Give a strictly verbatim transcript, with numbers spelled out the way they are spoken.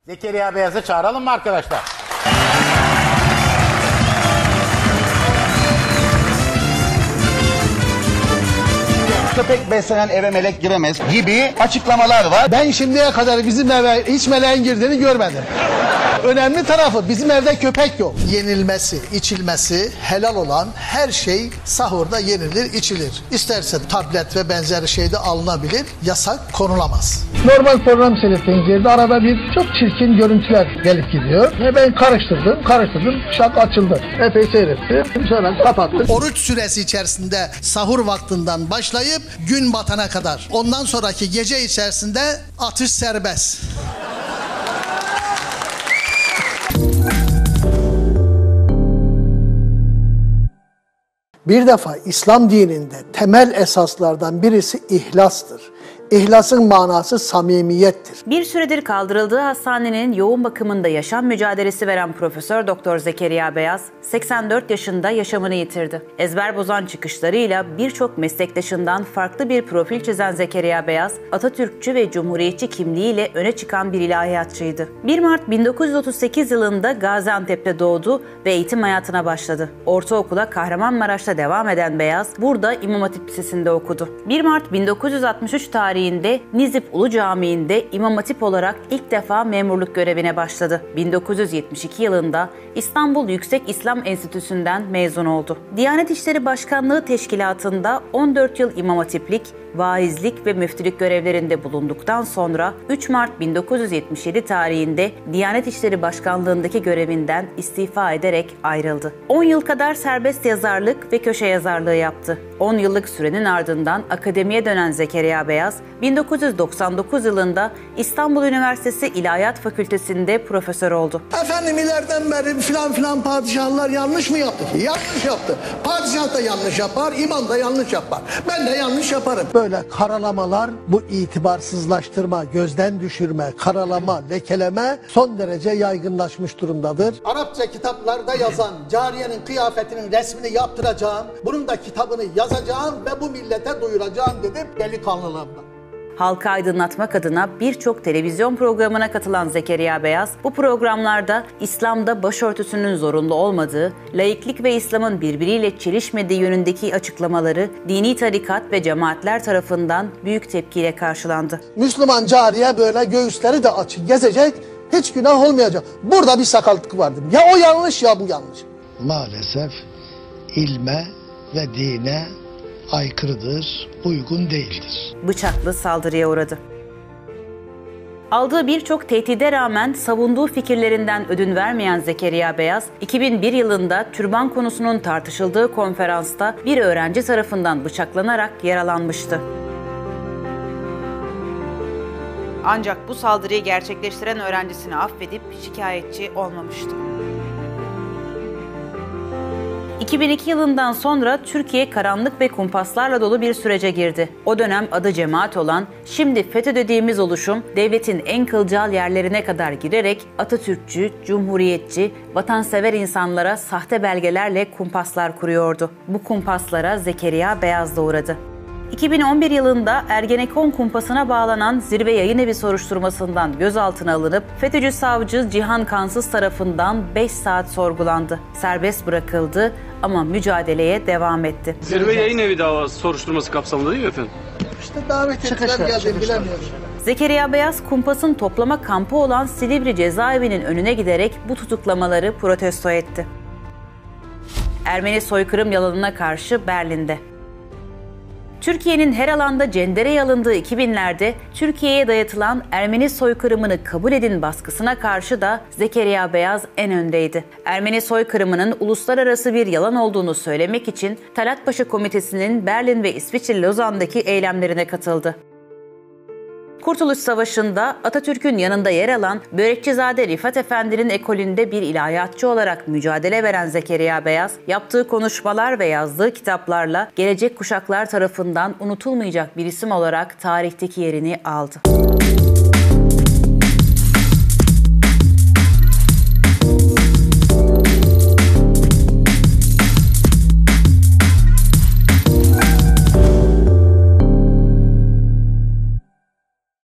Zekeriya Beyaz'ı çağıralım mı arkadaşlar? Köpek beslenen eve melek giremez gibi açıklamalar var. Ben şimdiye kadar bizim eve hiç meleğin girdiğini görmedim. Önemli tarafı bizim evde köpek yok. Yenilmesi, içilmesi helal olan her şey sahurda yenilir, içilir. İsterse tablet ve benzeri şeyde alınabilir, yasak konulamaz. Normal program seyrettiğiniz yerde arada bir çok çirkin görüntüler gelip gidiyor. Ve ben karıştırdım, karıştırdım, şak açıldı. Epey seyrettim, sonra kapattım. Oruç süresi içerisinde sahur vaktinden başlayıp gün batana kadar. Ondan sonraki gece içerisinde atış serbest. Bir defa İslam dininde temel esaslardan birisi ihlastır. İhlasın manası samimiyettir. Bir süredir kaldırıldığı hastanenin yoğun bakımında yaşam mücadelesi veren Profesör Doktor Zekeriya Beyaz, seksen dört yaşında yaşamını yitirdi. Ezber bozan çıkışlarıyla birçok meslektaşından farklı bir profil çizen Zekeriya Beyaz, Atatürkçü ve Cumhuriyetçi kimliğiyle öne çıkan bir ilahiyatçıydı. bir Mart bin dokuz yüz otuz sekiz yılında Gaziantep'te doğdu ve eğitim hayatına başladı. Ortaokula Kahramanmaraş'ta devam eden Beyaz, burada İmam Hatip Lisesi'nde okudu. bir Mart bin dokuz yüz altmış üç tarihinde Nizip Ulu Camii'nde İmam Hatip olarak ilk defa memurluk görevine başladı. bin dokuz yüz yetmiş iki yılında İstanbul Yüksek İslam Enstitüsü'nden mezun oldu. Diyanet İşleri Başkanlığı Teşkilatı'nda on dört yıl İmam Hatiplik, vaizlik ve müftülük görevlerinde bulunduktan sonra üç Mart bin dokuz yüz yetmiş yedi tarihinde Diyanet İşleri Başkanlığındaki görevinden istifa ederek ayrıldı. on yıl kadar serbest yazarlık ve köşe yazarlığı yaptı. on yıllık sürenin ardından akademiye dönen Zekeriya Beyaz, bin dokuz yüz doksan dokuz yılında İstanbul Üniversitesi İlahiyat Fakültesi'nde profesör oldu. Efendim ileriden beri filan filan padişahlar yanlış mı yaptı ki? Yanlış yaptı. Padişah da yanlış yapar, imam da yanlış yapar. Ben de yanlış yaparım. Böyle karalamalar, bu itibarsızlaştırma, gözden düşürme, karalama, lekeleme son derece yaygınlaşmış durumdadır. Arapça kitaplarda yazan cariyenin kıyafetinin resmini yaptıracağım, bunun da kitabını yazacağım ve bu millete duyuracağım dedim delikanlılığımla. Halkı aydınlatmak adına birçok televizyon programına katılan Zekeriya Beyaz, bu programlarda İslam'da başörtüsünün zorunlu olmadığı, laiklik ve İslam'ın birbiriyle çelişmediği yönündeki açıklamaları dini tarikat ve cemaatler tarafından büyük tepkiyle karşılandı. Müslüman cariye böyle göğüsleri de açık gezecek, hiç günah olmayacak. Burada bir sakallık vardır. Ya o yanlış ya bu yanlış. Maalesef ilme ve dine aykırıdır, uygun değildir. Bıçaklı saldırıya uğradı. Aldığı birçok tehdide rağmen savunduğu fikirlerinden ödün vermeyen Zekeriya Beyaz, iki bin bir yılında türban konusunun tartışıldığı konferansta bir öğrenci tarafından bıçaklanarak yaralanmıştı. Ancak bu saldırıyı gerçekleştiren öğrencisini affedip şikayetçi olmamıştı. iki bin iki yılından sonra Türkiye karanlık ve kumpaslarla dolu bir sürece girdi. O dönem adı cemaat olan, şimdi FETÖ dediğimiz oluşum, devletin en kılcal yerlerine kadar girerek Atatürkçü, Cumhuriyetçi, vatansever insanlara sahte belgelerle kumpaslar kuruyordu. Bu kumpaslara Zekeriya Beyaz da uğradı. iki bin on bir yılında Ergenekon kumpasına bağlanan Zirve Yayınevi soruşturmasından gözaltına alınıp FETÖ'cü savcı Cihan Kansız tarafından beş saat sorgulandı. Serbest bırakıldı ama mücadeleye devam etti. Zirve Yayınevi davası soruşturması kapsamında değil mi efendim? İşte davet ettiler geldim bilemiyorum. Zekeriya Beyaz, kumpasın toplama kampı olan Silivri cezaevinin önüne giderek bu tutuklamaları protesto etti. Ermeni soykırım yalanına karşı Berlin'de. Türkiye'nin her alanda cendereye alındığı iki binlerde Türkiye'ye dayatılan Ermeni soykırımını kabul edin baskısına karşı da Zekeriya Beyaz en öndeydi. Ermeni soykırımının uluslararası bir yalan olduğunu söylemek için Talat Paşa Komitesi'nin Berlin ve İsviçre Lozan'daki eylemlerine katıldı. Kurtuluş Savaşı'nda Atatürk'ün yanında yer alan Börekçizade Rifat Efendi'nin ekolünde bir ilahiyatçı olarak mücadele veren Zekeriya Beyaz, yaptığı konuşmalar ve yazdığı kitaplarla gelecek kuşaklar tarafından unutulmayacak bir isim olarak tarihteki yerini aldı.